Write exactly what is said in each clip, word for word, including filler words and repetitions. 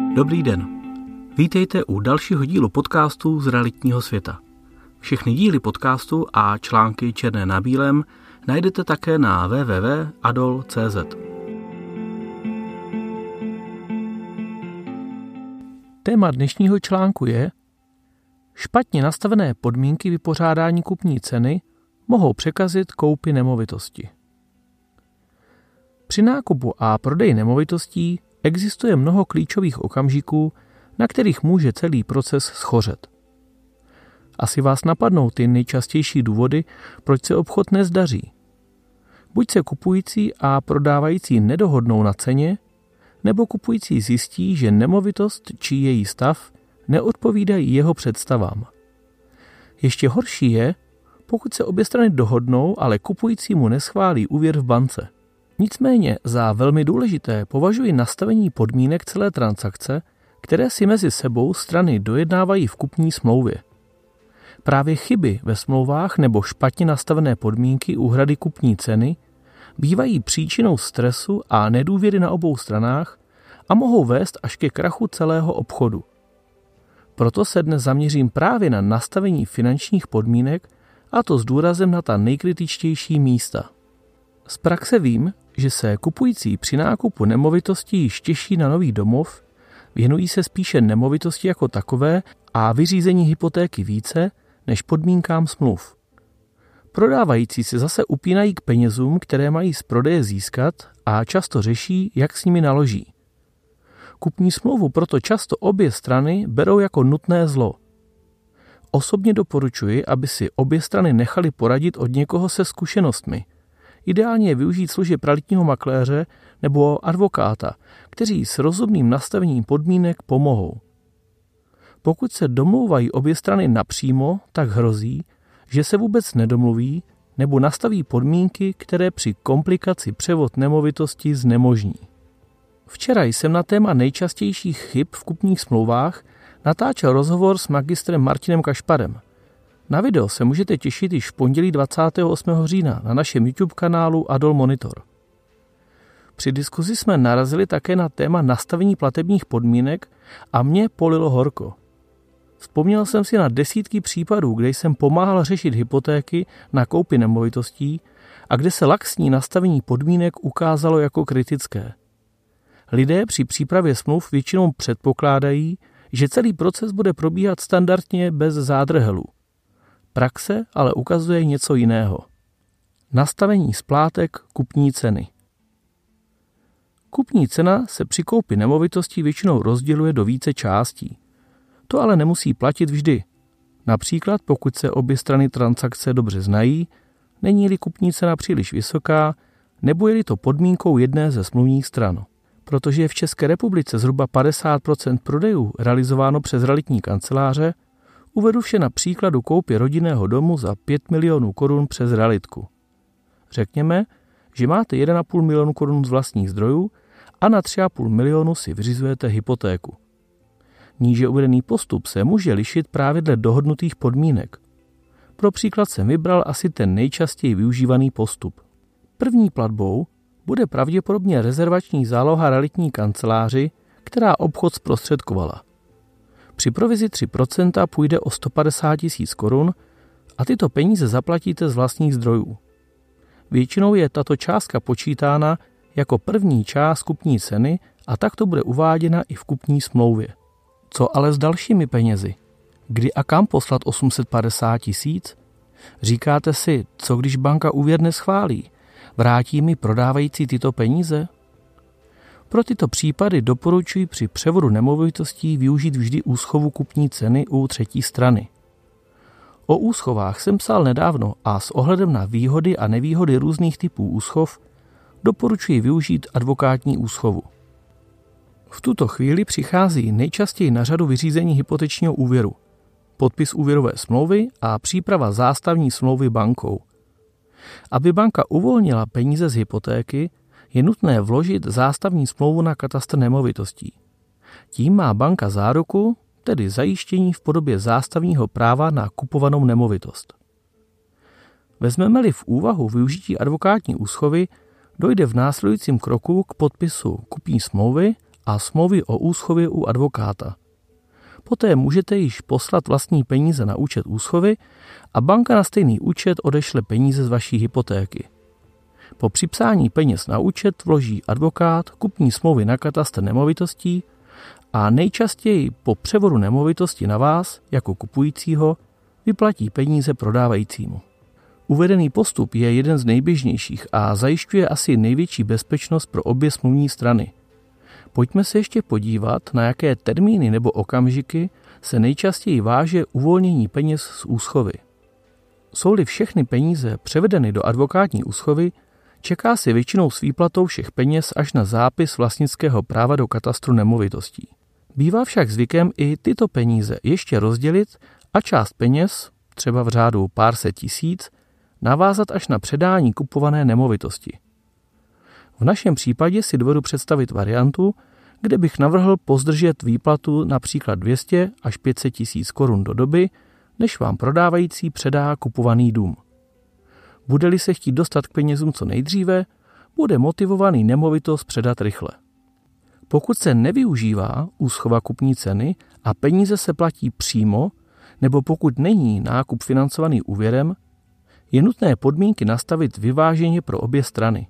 Dobrý den. Vítejte u dalšího dílu podcastu z realitního světa. Všechny díly podcastu a články černé na bílém najdete také na w w w tečka adol tečka c z. Téma dnešního článku je: špatně nastavené podmínky vypořádání kupní ceny mohou překazit koupi nemovitosti. Při nákupu a prodeji nemovitostí existuje mnoho klíčových okamžiků, na kterých může celý proces schořet. Asi vás napadnou ty nejčastější důvody, proč se obchod nezdaří. Buď se kupující a prodávající nedohodnou na ceně, nebo kupující zjistí, že nemovitost či její stav neodpovídají jeho představám. Ještě horší je, pokud se obě strany dohodnou, ale kupující mu neschválí úvěr v bance. Nicméně za velmi důležité považuji nastavení podmínek celé transakce, které si mezi sebou strany dojednávají v kupní smlouvě. Právě chyby ve smlouvách nebo špatně nastavené podmínky úhrady kupní ceny bývají příčinou stresu a nedůvěry na obou stranách a mohou vést až ke krachu celého obchodu. Proto se dnes zaměřím právě na nastavení finančních podmínek, a to s důrazem na ta nejkritičtější místa. Z praxe vím, že se kupující při nákupu nemovitostí již těší na nový domov, věnují se spíše nemovitosti jako takové a vyřízení hypotéky více než podmínkám smluv. Prodávající se zase upínají k penězům, které mají z prodeje získat, a často řeší, jak s nimi naloží. Kupní smlouvu proto často obě strany berou jako nutné zlo. Osobně doporučuji, aby si obě strany nechali poradit od někoho se zkušenostmi. Ideálně je využít služeb realitního makléře nebo advokáta, kteří s rozumným nastavením podmínek pomohou. Pokud se domlouvají obě strany napřímo, tak hrozí, že se vůbec nedomluví nebo nastaví podmínky, které při komplikaci převod nemovitosti znemožní. Včera jsem na téma nejčastějších chyb v kupních smlouvách natáčel rozhovor s magistrem Martinem Kašparem. Na video se můžete těšit již v pondělí dvacátého osmého října na našem YouTube kanálu Adol Monitor. Při diskuzi jsme narazili také na téma nastavení platebních podmínek a mě polilo horko. Vzpomněl jsem si na desítky případů, kde jsem pomáhal řešit hypotéky na koupi nemovitostí a kde se laxní nastavení podmínek ukázalo jako kritické. Lidé při přípravě smluv většinou předpokládají, že celý proces bude probíhat standardně bez zádrhelů. Praxe ale ukazuje něco jiného. Nastavení splátek kupní ceny. Kupní cena se při koupi nemovitostí většinou rozděluje do více částí. To ale nemusí platit vždy. Například pokud se obě strany transakce dobře znají, není-li kupní cena příliš vysoká, nebo je-li to podmínkou jedné ze smluvních stran. Protože je v České republice zhruba padesát procent prodejů realizováno přes realitní kanceláře, uvedu vše na příkladu koupy rodinného domu za pět milionů korun přes realitku. Řekněme, že máte jeden a půl milionu korun z vlastních zdrojů a na tři a půl milionu si vyřizujete hypotéku. Níže uvedený postup se může lišit právě dle dohodnutých podmínek. Pro příklad jsem vybral asi ten nejčastěji využívaný postup. První platbou bude pravděpodobně rezervační záloha realitní kanceláři, která obchod zprostředkovala. Při provizi tři procenta půjde o sto padesát tisíc korun a tyto peníze zaplatíte z vlastních zdrojů. Většinou je tato částka počítána jako první část kupní ceny a takto bude uváděna i v kupní smlouvě. Co ale s dalšími penězi? Kdy a kam poslat osm set padesát tisíc? Říkáte si, co když banka úvěr neschválí? Vrátí mi prodávající tyto peníze? Pro tyto případy doporučuji při převodu nemovitostí využít vždy úschovu kupní ceny u třetí strany. O úschovách jsem psal nedávno a s ohledem na výhody a nevýhody různých typů úschov doporučuji využít advokátní úschovu. V tuto chvíli přichází nejčastěji na řadu vyřízení hypotečního úvěru, podpis úvěrové smlouvy a příprava zástavní smlouvy bankou. Aby banka uvolnila peníze z hypotéky, je nutné vložit zástavní smlouvu na katastr nemovitostí. Tím má banka záruku, tedy zajištění v podobě zástavního práva na kupovanou nemovitost. Vezmeme-li v úvahu využití advokátní úschovy, dojde v následujícím kroku k podpisu kupní smlouvy a smlouvy o úschově u advokáta. Poté můžete již poslat vlastní peníze na účet úschovy a banka na stejný účet odešle peníze z vaší hypotéky. Po připsání peněz na účet vloží advokát kupní smlouvy na katastr nemovitostí a nejčastěji po převodu nemovitosti na vás, jako kupujícího, vyplatí peníze prodávajícímu. Uvedený postup je jeden z nejběžnějších a zajišťuje asi největší bezpečnost pro obě smluvní strany. Pojďme se ještě podívat, na jaké termíny nebo okamžiky se nejčastěji váže uvolnění peněz z úschovy. Jsou-li všechny peníze převedeny do advokátní úschovy, čeká si většinou s výplatou všech peněz až na zápis vlastnického práva do katastru nemovitostí. Bývá však zvykem i tyto peníze ještě rozdělit a část peněz, třeba v řádu pár set tisíc, navázat až na předání kupované nemovitosti. V našem případě si dovedu představit variantu, kde bych navrhl pozdržet výplatu například dvě stě až pět set tisíc korun do doby, než vám prodávající předá kupovaný dům. Bude-li se chtít dostat k penězům co nejdříve, bude motivovaný nemovitost předat rychle. Pokud se nevyužívá úschova kupní ceny a peníze se platí přímo, nebo pokud není nákup financovaný úvěrem, je nutné podmínky nastavit vyváženě pro obě strany.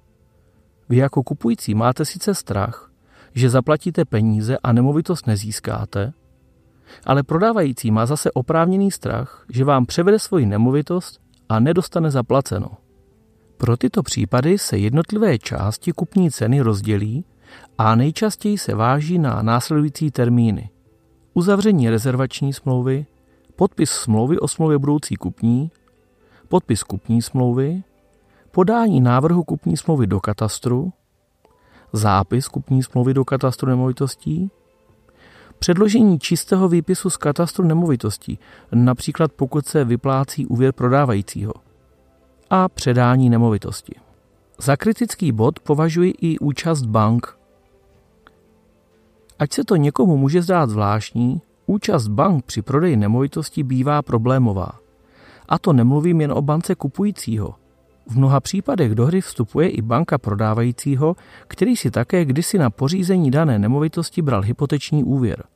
Vy jako kupující máte sice strach, že zaplatíte peníze a nemovitost nezískáte, ale prodávající má zase oprávněný strach, že vám převede svoji nemovitost a nedostane zaplaceno. Pro tyto případy se jednotlivé části kupní ceny rozdělí a nejčastěji se váží na následující termíny: uzavření rezervační smlouvy, podpis smlouvy o smlouvě budoucí kupní, podpis kupní smlouvy, podání návrhu kupní smlouvy do katastru, zápis kupní smlouvy do katastru nemovitostí, předložení čistého výpisu z katastru nemovitostí, například pokud se vyplácí úvěr prodávajícího, a předání nemovitosti. Za kritický bod považuji i účast bank. Ať se to někomu může zdát zvláštní, účast bank při prodeji nemovitostí bývá problémová. A to nemluvím jen o bance kupujícího. V mnoha případech do hry vstupuje i banka prodávajícího, který si také kdysi na pořízení dané nemovitosti bral hypoteční úvěr.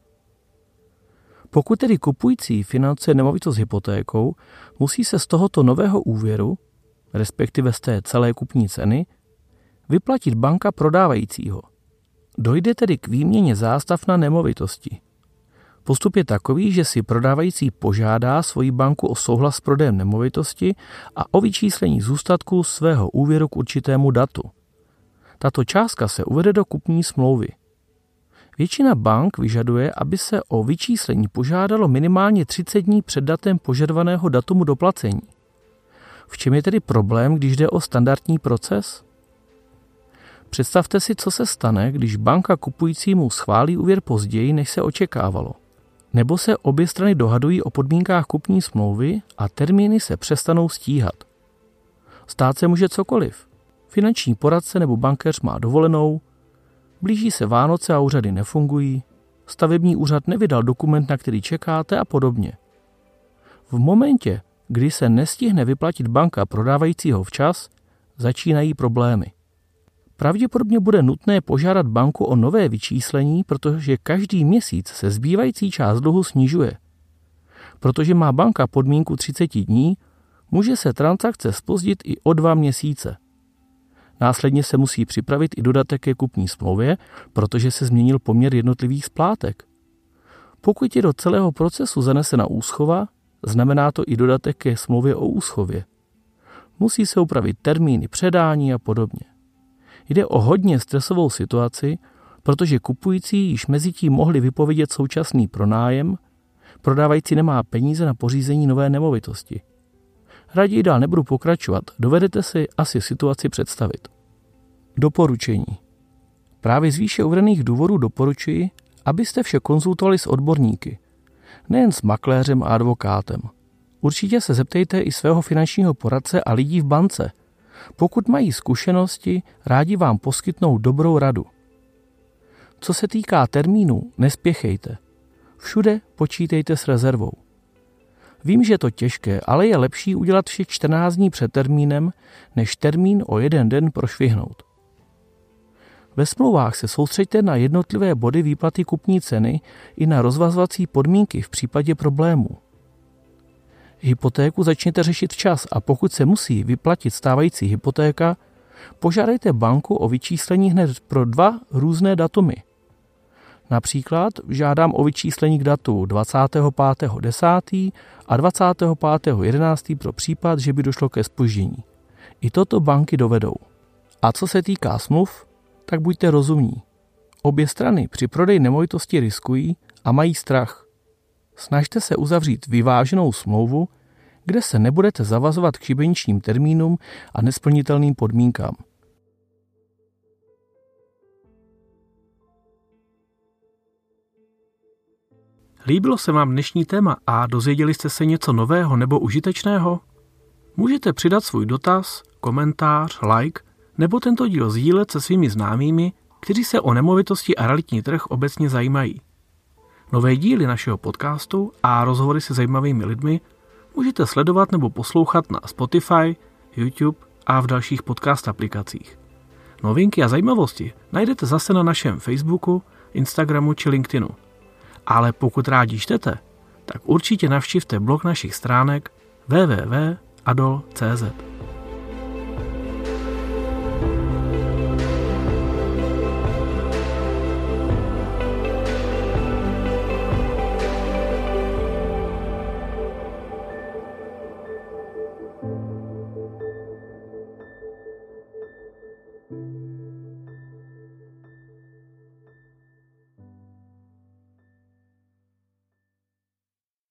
Pokud tedy kupující financuje nemovitost hypotékou, musí se z tohoto nového úvěru, respektive z té celé kupní ceny, vyplatit banka prodávajícího. Dojde tedy k výměně zástav na nemovitosti. Postup je takový, že si prodávající požádá svoji banku o souhlas s prodejem nemovitosti a o vyčíslení zůstatku svého úvěru k určitému datu. Tato částka se uvede do kupní smlouvy. Většina bank vyžaduje, aby se o vyčíslení požádalo minimálně třicet dní před datem požadovaného datumu doplacení. V čem je tedy problém, když jde o standardní proces? Představte si, co se stane, když banka kupujícímu schválí úvěr později, než se očekávalo. Nebo se obě strany dohadují o podmínkách kupní smlouvy a termíny se přestanou stíhat. Stát se může cokoliv. Finanční poradce nebo bankéř má dovolenou, blíží se Vánoce a úřady nefungují, stavební úřad nevydal dokument, na který čekáte a podobně. V momentě, kdy se nestihne vyplatit banka prodávajícího včas, začínají problémy. Pravděpodobně bude nutné požádat banku o nové vyčíslení, protože každý měsíc se zbývající část dluhu snižuje. Protože má banka podmínku třicet dní, může se transakce zpozdit i o dva měsíce. Následně se musí připravit i dodatek ke kupní smlouvě, protože se změnil poměr jednotlivých splátek. Pokud je do celého procesu zanesena úschova, znamená to i dodatek ke smlouvě o úschově. Musí se upravit termíny předání a podobně. Jde o hodně stresovou situaci, protože kupující již mezitím mohli vypovědět současný pronájem, prodávající nemá peníze na pořízení nové nemovitosti. Raději dál nebudu pokračovat, dovedete si asi situaci představit. Doporučení. Právě z výše uvedených důvodů doporučuji, abyste vše konzultovali s odborníky, nejen s makléřem a advokátem. Určitě se zeptejte i svého finančního poradce a lidí v bance. Pokud mají zkušenosti, rádi vám poskytnou dobrou radu. Co se týká termínů, nespěchejte. Všude počítejte s rezervou. Vím, že je to těžké, ale je lepší udělat vše čtrnáct dní před termínem, než termín o jeden den prošvihnout. Ve smlouvách se soustřeďte na jednotlivé body výplaty kupní ceny i na rozvazovací podmínky v případě problémů. Hypotéku začněte řešit včas a pokud se musí vyplatit stávající hypotéka, požádejte banku o vyčíslení hned pro dva různé datumy. Například žádám o vyčíslení k datu dvacátého pátého desátého a dvacátého pátého jedenáctého pro případ, že by došlo ke zpoždění. I toto banky dovedou. A co se týká smluv, tak buďte rozumní. Obě strany při prodeji nemovitosti riskují a mají strach. Snažte se uzavřít vyváženou smlouvu, kde se nebudete zavazovat k šibeničním termínům a nesplnitelným podmínkám. Líbilo se vám dnešní téma a dozvěděli jste se něco nového nebo užitečného? Můžete přidat svůj dotaz, komentář, like nebo tento díl sdílet se svými známými, kteří se o nemovitosti a realitní trh obecně zajímají. Nové díly našeho podcastu a rozhovory se zajímavými lidmi můžete sledovat nebo poslouchat na Spotify, YouTube a v dalších podcast aplikacích. Novinky a zajímavosti najdete zase na našem Facebooku, Instagramu či LinkedInu. Ale pokud rádi čtete, tak určitě navštivte blog našich stránek w w w tečka adol tečka c z.